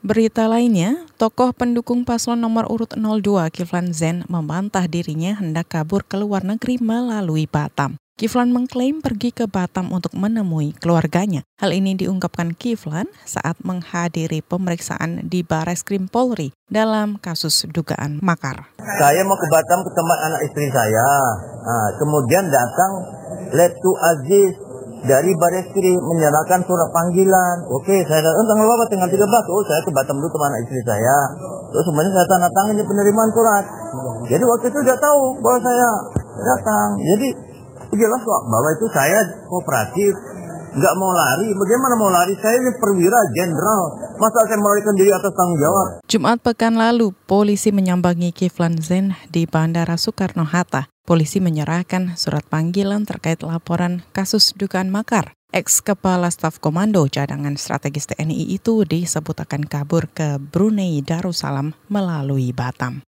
Berita lainnya, tokoh pendukung paslon nomor urut 02 Kiflan Zain membantah dirinya hendak kabur ke luar negeri melalui Batam. Kiflan mengklaim pergi ke Batam untuk menemui keluarganya. Hal ini diungkapkan Kiflan saat menghadiri pemeriksaan di Barreskrim Polri dalam kasus dugaan makar. Saya mau ke Batam ke tempat anak istri saya. Kemudian datang Letu Aziz dari Barreskrim menyerahkan surat panggilan. Oke, saya datang tanggal berapa? Tanggal 13. Oh, saya ke Batam dulu sama anak istri saya. Terus sebenarnya saya tanda tangan di penerimaan surat. Jadi waktu itu sudah tahu bahwa saya datang. Jadi jelas kok bahwa itu saya kooperatif. Nggak mau lari. Bagaimana mau lari? Saya ini perwira jenderal. Masa saya melarikan diri atas tanggung jawab? Jumat pekan lalu, polisi menyambangi Kiflan Zain di Bandara Soekarno-Hatta. Polisi menyerahkan surat panggilan terkait laporan kasus dugaan makar. Ex-Kepala Staf Komando Cadangan Strategis TNI itu disebut akan kabur ke Brunei Darussalam melalui Batam.